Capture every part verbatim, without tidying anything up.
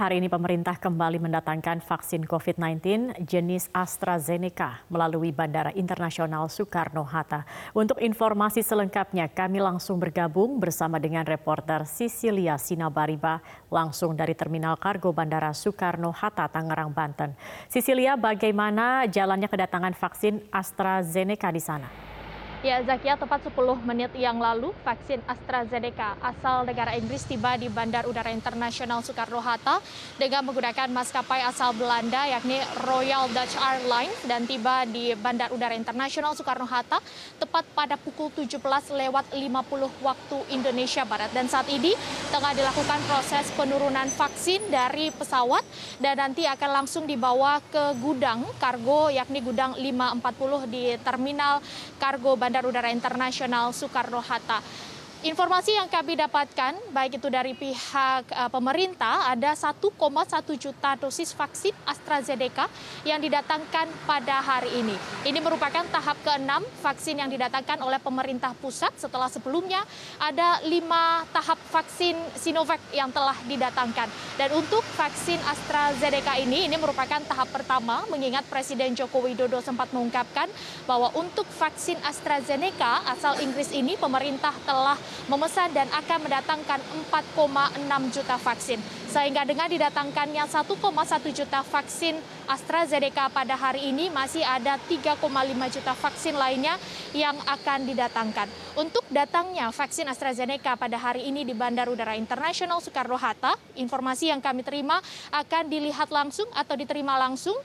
hari ini pemerintah kembali mendatangkan vaksin covid sembilan belas jenis AstraZeneca melalui Bandara Internasional Soekarno-Hatta. Untuk informasi selengkapnya, kami langsung bergabung bersama dengan reporter Sisilia Sinabariba langsung dari Terminal Kargo Bandara Soekarno-Hatta, Tangerang, Banten. Sisilia, bagaimana jalannya kedatangan vaksin AstraZeneca di sana? Ya, Zakia, tepat sepuluh menit yang lalu, vaksin AstraZeneca asal negara Inggris tiba di Bandar Udara Internasional Soekarno-Hatta dengan menggunakan maskapai asal Belanda yakni Royal Dutch Airlines dan tiba di Bandar Udara Internasional Soekarno-Hatta tepat pada pukul tujuh belas lewat lima puluh waktu Indonesia Barat. Dan saat ini tengah dilakukan proses penurunan vaksin dari pesawat dan nanti akan langsung dibawa ke gudang kargo yakni gudang lima empat puluh di Terminal Kargo Bandar Bandar Udara Internasional Soekarno-Hatta. Informasi yang kami dapatkan, baik itu dari pihak uh, pemerintah, ada satu koma satu juta dosis vaksin AstraZeneca yang didatangkan pada hari ini. Ini merupakan tahap keenam vaksin yang didatangkan oleh pemerintah pusat setelah sebelumnya ada lima tahap vaksin Sinovac yang telah didatangkan. Dan untuk vaksin AstraZeneca ini, ini merupakan tahap pertama, mengingat Presiden Joko Widodo sempat mengungkapkan bahwa untuk vaksin AstraZeneca asal Inggris ini pemerintah telah memesan dan akan mendatangkan empat koma enam juta vaksin. Sehingga dengan didatangkannya satu koma satu juta vaksin AstraZeneca pada hari ini masih ada tiga koma lima juta vaksin lainnya yang akan didatangkan. Untuk datangnya vaksin AstraZeneca pada hari ini di Bandar Udara Internasional Soekarno-Hatta, informasi yang kami terima akan dilihat langsung atau diterima langsung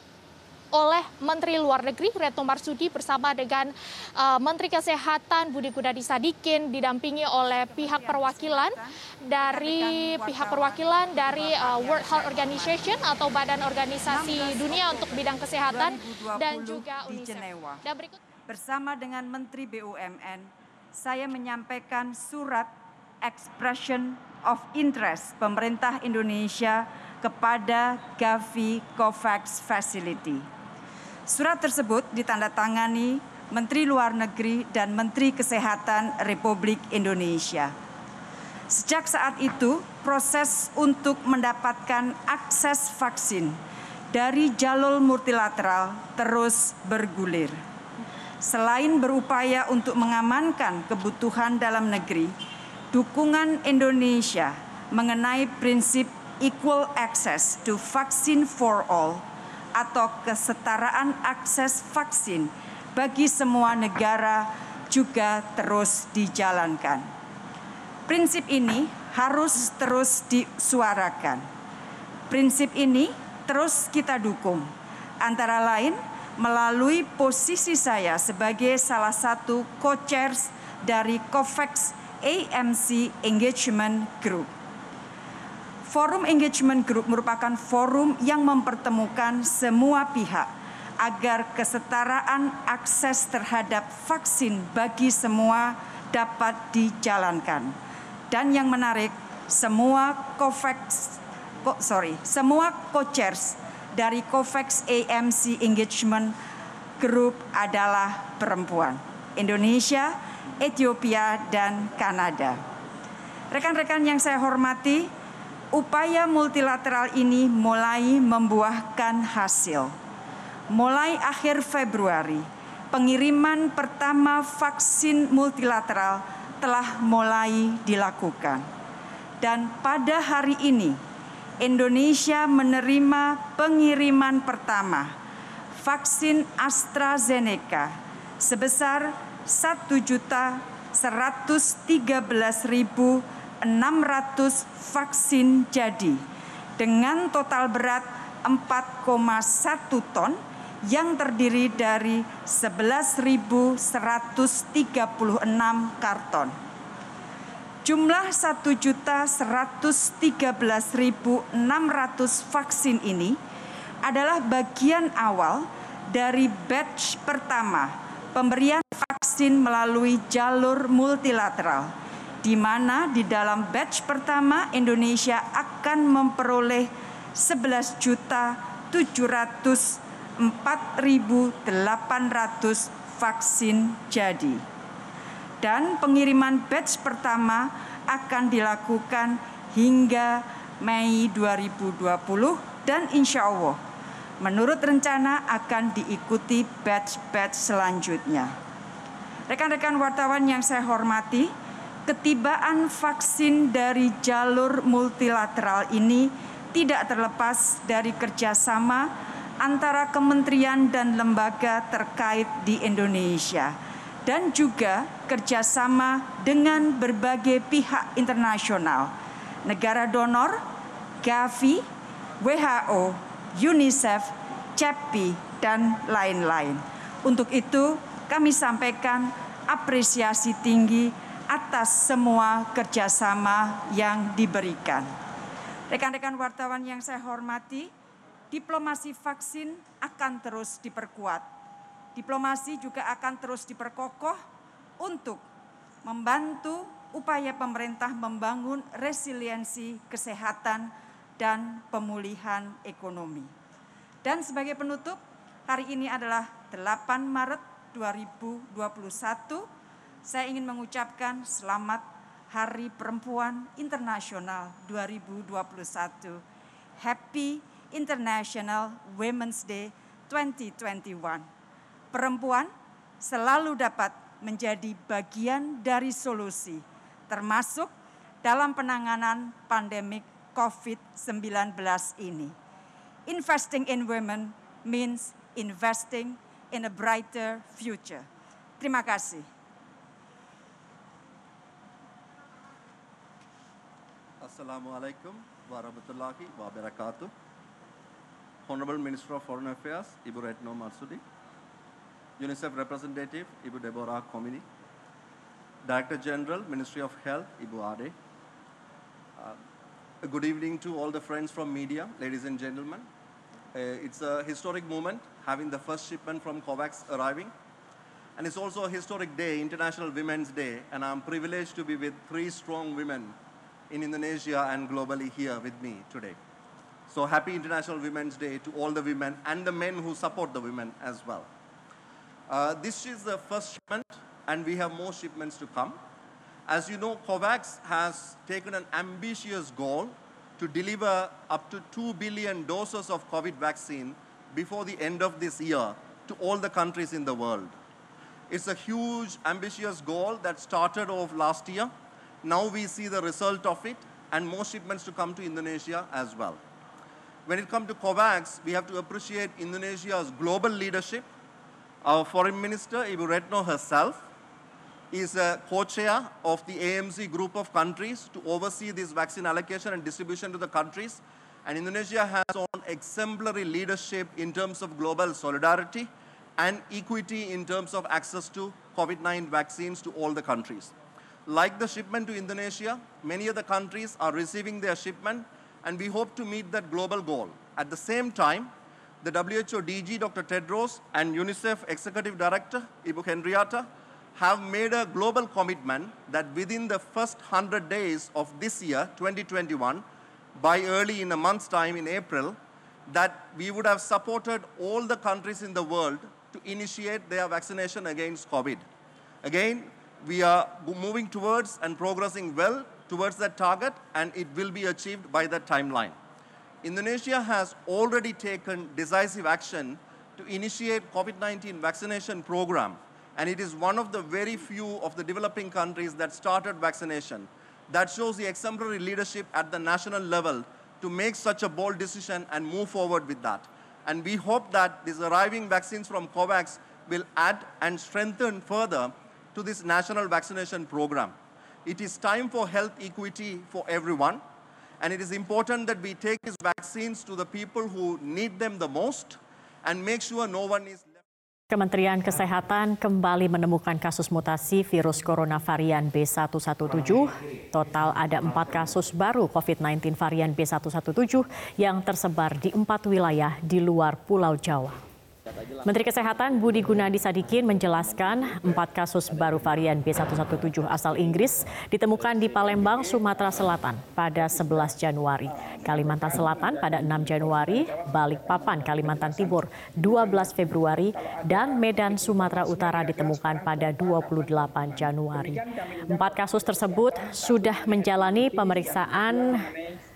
oleh Menteri Luar Negeri Retno Marsudi bersama dengan uh, Menteri Kesehatan Budi Gunadi Sadikin didampingi oleh pihak perwakilan dari pihak perwakilan dari uh, World Health Organization atau Badan Organisasi Dunia untuk bidang kesehatan dan juga UNICEF. Dan berikut bersama dengan Menteri B U M N, saya menyampaikan surat expression of interest pemerintah Indonesia kepada Gavi COVAX Facility. Surat tersebut ditandatangani Menteri Luar Negeri dan Menteri Kesehatan Republik Indonesia. Sejak saat itu, proses untuk mendapatkan akses vaksin dari jalur multilateral terus bergulir. Selain berupaya untuk mengamankan kebutuhan dalam negeri, dukungan Indonesia mengenai prinsip equal access to vaccine for all atau kesetaraan akses vaksin bagi semua negara juga terus dijalankan. Prinsip ini harus terus disuarakan. Prinsip ini terus kita dukung, antara lain melalui posisi saya sebagai salah satu co-chairs dari COVAX A M C Engagement Group. Forum Engagement Group merupakan forum yang mempertemukan semua pihak agar kesetaraan akses terhadap vaksin bagi semua dapat dijalankan. Dan yang menarik, semua COVAX, oh, sorry, semua co-chairs dari COVAX A M C Engagement Group adalah perempuan. Indonesia, Ethiopia, dan Kanada. Rekan-rekan yang saya hormati, upaya multilateral ini mulai membuahkan hasil. Mulai akhir Februari, pengiriman pertama vaksin multilateral telah mulai dilakukan. Dan pada hari ini, Indonesia menerima pengiriman pertama vaksin AstraZeneca sebesar satu juta seratus tiga belas ribu enam ratus vaksin jadi dengan total berat empat koma satu ton yang terdiri dari sebelas ribu seratus tiga puluh enam karton. Jumlah satu juta seratus tiga belas ribu enam ratus vaksin ini adalah bagian awal dari batch pertama pemberian vaksin melalui jalur multilateral, di mana di dalam batch pertama Indonesia akan memperoleh sebelas juta tujuh ratus empat ribu delapan ratus vaksin jadi. Dan pengiriman batch pertama akan dilakukan hingga Mei dua ribu dua puluh dan insya Allah menurut rencana akan diikuti batch-batch selanjutnya. Rekan-rekan wartawan yang saya hormati, ketibaan vaksin dari jalur multilateral ini tidak terlepas dari kerjasama antara kementerian dan lembaga terkait di Indonesia dan juga kerjasama dengan berbagai pihak internasional, negara donor, Gavi, W H O, UNICEF, C E P I, dan lain-lain. Untuk itu kami sampaikan apresiasi tinggi atas semua kerjasama yang diberikan. Rekan-rekan wartawan yang saya hormati, diplomasi vaksin akan terus diperkuat. Diplomasi juga akan terus diperkokoh untuk membantu upaya pemerintah membangun resiliensi kesehatan dan pemulihan ekonomi. Dan sebagai penutup, hari ini adalah delapan Maret dua ribu dua puluh satu. Saya ingin mengucapkan selamat Hari Perempuan Internasional dua ribu dua puluh satu. Happy International Women's Day dua ribu dua puluh satu. Perempuan selalu dapat menjadi bagian dari solusi, termasuk dalam penanganan pandemik COVID sembilan belas ini. Investing in women means investing in a brighter future. Terima kasih. Assalamualaikum warahmatullahi wabarakatuh. Honorable Minister of Foreign Affairs, Ibu Retno Marsudi, UNICEF Representative, Ibu Deborah Komini, Director General, Ministry of Health, Ibu Ade. Uh, good evening to all the friends from media, ladies and gentlemen. Uh, it's a historic moment, having the first shipment from COVAX arriving. And it's also a historic day, International Women's Day, and I'm privileged to be with three strong women in Indonesia and globally here with me today. So happy International Women's Day to all the women and the men who support the women as well. Uh, this is the first shipment and we have more shipments to come. As you know, COVAX has taken an ambitious goal to deliver up to two billion doses of COVID vaccine before the end of this year to all the countries in the world. It's a huge, ambitious goal that started off last year. Now we see the result of it and more shipments to come to Indonesia as well. When it comes to COVAX, we have to appreciate Indonesia's global leadership. Our Foreign Minister, Ibu Retno herself, is a co-chair of the A M C group of countries to oversee this vaccine allocation and distribution to the countries. And Indonesia has shown exemplary leadership in terms of global solidarity and equity in terms of access to COVID nineteen vaccines to all the countries. Like the shipment to Indonesia, many other countries are receiving their shipment, and we hope to meet that global goal. At the same time, the W H O D G, Doctor Tedros, and UNICEF Executive Director, Ibu Henrietta, have made a global commitment that within the first one hundred days of this year, twenty twenty-one, by early in a month's time in April, that we would have supported all the countries in the world to initiate their vaccination against COVID. Again, we are moving towards and progressing well towards that target, and it will be achieved by that timeline. Indonesia has already taken decisive action to initiate COVID nineteen vaccination program, and it is one of the very few of the developing countries that started vaccination. That shows the exemplary leadership at the national level to make such a bold decision and move forward with that. And we hope that these arriving vaccines from COVAX will add and strengthen further to this national vaccination program. It is time for health equity for everyone, and it is important that we take these vaccines to the people who need them the most and make sure no one is left. Kementerian Kesehatan kembali menemukan kasus mutasi virus corona varian B satu satu tujuh. Total ada empat kasus baru COVID sembilan belas varian B satu satu tujuh yang tersebar di empat wilayah di luar Pulau Jawa. Menteri Kesehatan Budi Gunadi Sadikin menjelaskan empat kasus baru varian B satu satu tujuh asal Inggris ditemukan di Palembang, Sumatera Selatan pada sebelas Januari, Kalimantan Selatan pada enam Januari, Balikpapan, Kalimantan Timur dua belas Februari, dan Medan, Sumatera Utara ditemukan pada dua puluh delapan Januari. Empat kasus tersebut sudah menjalani pemeriksaan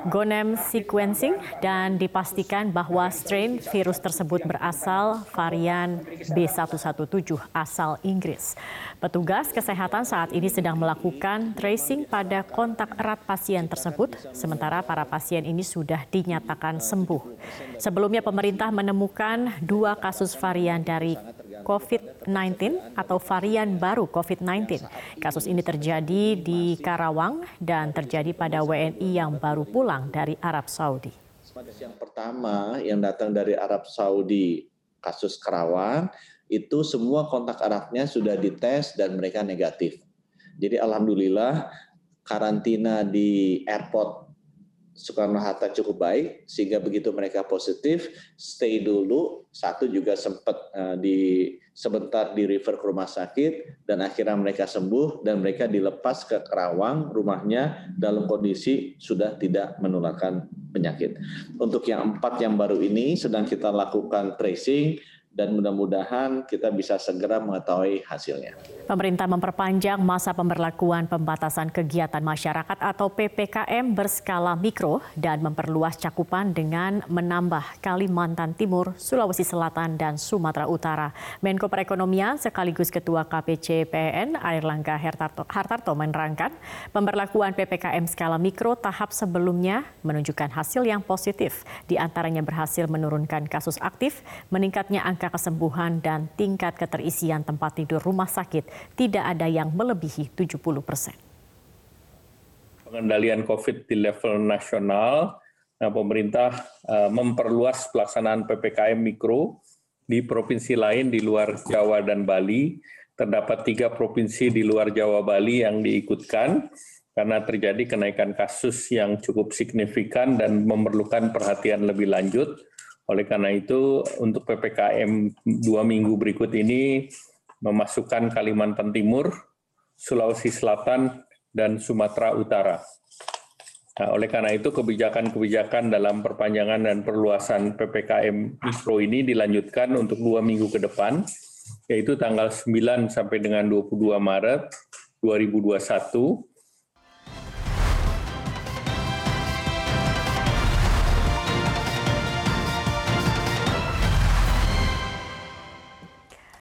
genome sequencing dan dipastikan bahwa strain virus tersebut berasal varian B satu satu tujuh asal Inggris. Petugas kesehatan saat ini sedang melakukan tracing pada kontak erat pasien tersebut, sementara para pasien ini sudah dinyatakan sembuh. Sebelumnya pemerintah menemukan dua kasus varian dari COVID sembilan belas atau varian baru COVID sembilan belas. Kasus ini terjadi di Karawang dan terjadi pada W N I yang baru pulang dari Arab Saudi. Yang pertama yang datang dari Arab Saudi, kasus Karawang, itu semua kontak eratnya sudah dites dan mereka negatif. Jadi alhamdulillah karantina di airport Soekarno-Hatta cukup baik, sehingga begitu mereka positif, stay dulu. Satu juga sempat uh, di sebentar di refer ke rumah sakit, dan akhirnya mereka sembuh, dan mereka dilepas ke Karawang, rumahnya dalam kondisi sudah tidak menularkan penyakit. Untuk yang empat yang baru ini sedang kita lakukan tracing, dan mudah-mudahan kita bisa segera mengetahui hasilnya. Pemerintah memperpanjang masa pemberlakuan pembatasan kegiatan masyarakat atau P P K M berskala mikro dan memperluas cakupan dengan menambah Kalimantan Timur, Sulawesi Selatan, dan Sumatera Utara. Menko Perekonomian sekaligus Ketua K P C P N Airlangga Hartarto, Hartarto menerangkan pemberlakuan P P K M skala mikro tahap sebelumnya menunjukkan hasil yang positif. Di antaranya berhasil menurunkan kasus aktif, meningkatnya angka kesembuhan, dan tingkat keterisian tempat tidur rumah sakit tidak ada yang melebihi tujuh puluh persen. Pengendalian COVID di level nasional, nah pemerintah uh, memperluas pelaksanaan P P K M mikro di provinsi lain di luar Jawa dan Bali. Terdapat tiga provinsi di luar Jawa Bali yang diikutkan karena terjadi kenaikan kasus yang cukup signifikan dan memerlukan perhatian lebih lanjut. Oleh karena itu, untuk P P K M dua minggu berikut ini memasukkan Kalimantan Timur, Sulawesi Selatan, dan Sumatera Utara. Nah, oleh karena itu, kebijakan-kebijakan dalam perpanjangan dan perluasan P P K M mikro ini dilanjutkan untuk dua minggu ke depan, yaitu tanggal sembilan sampai dengan dua puluh dua Maret dua ribu dua puluh satu,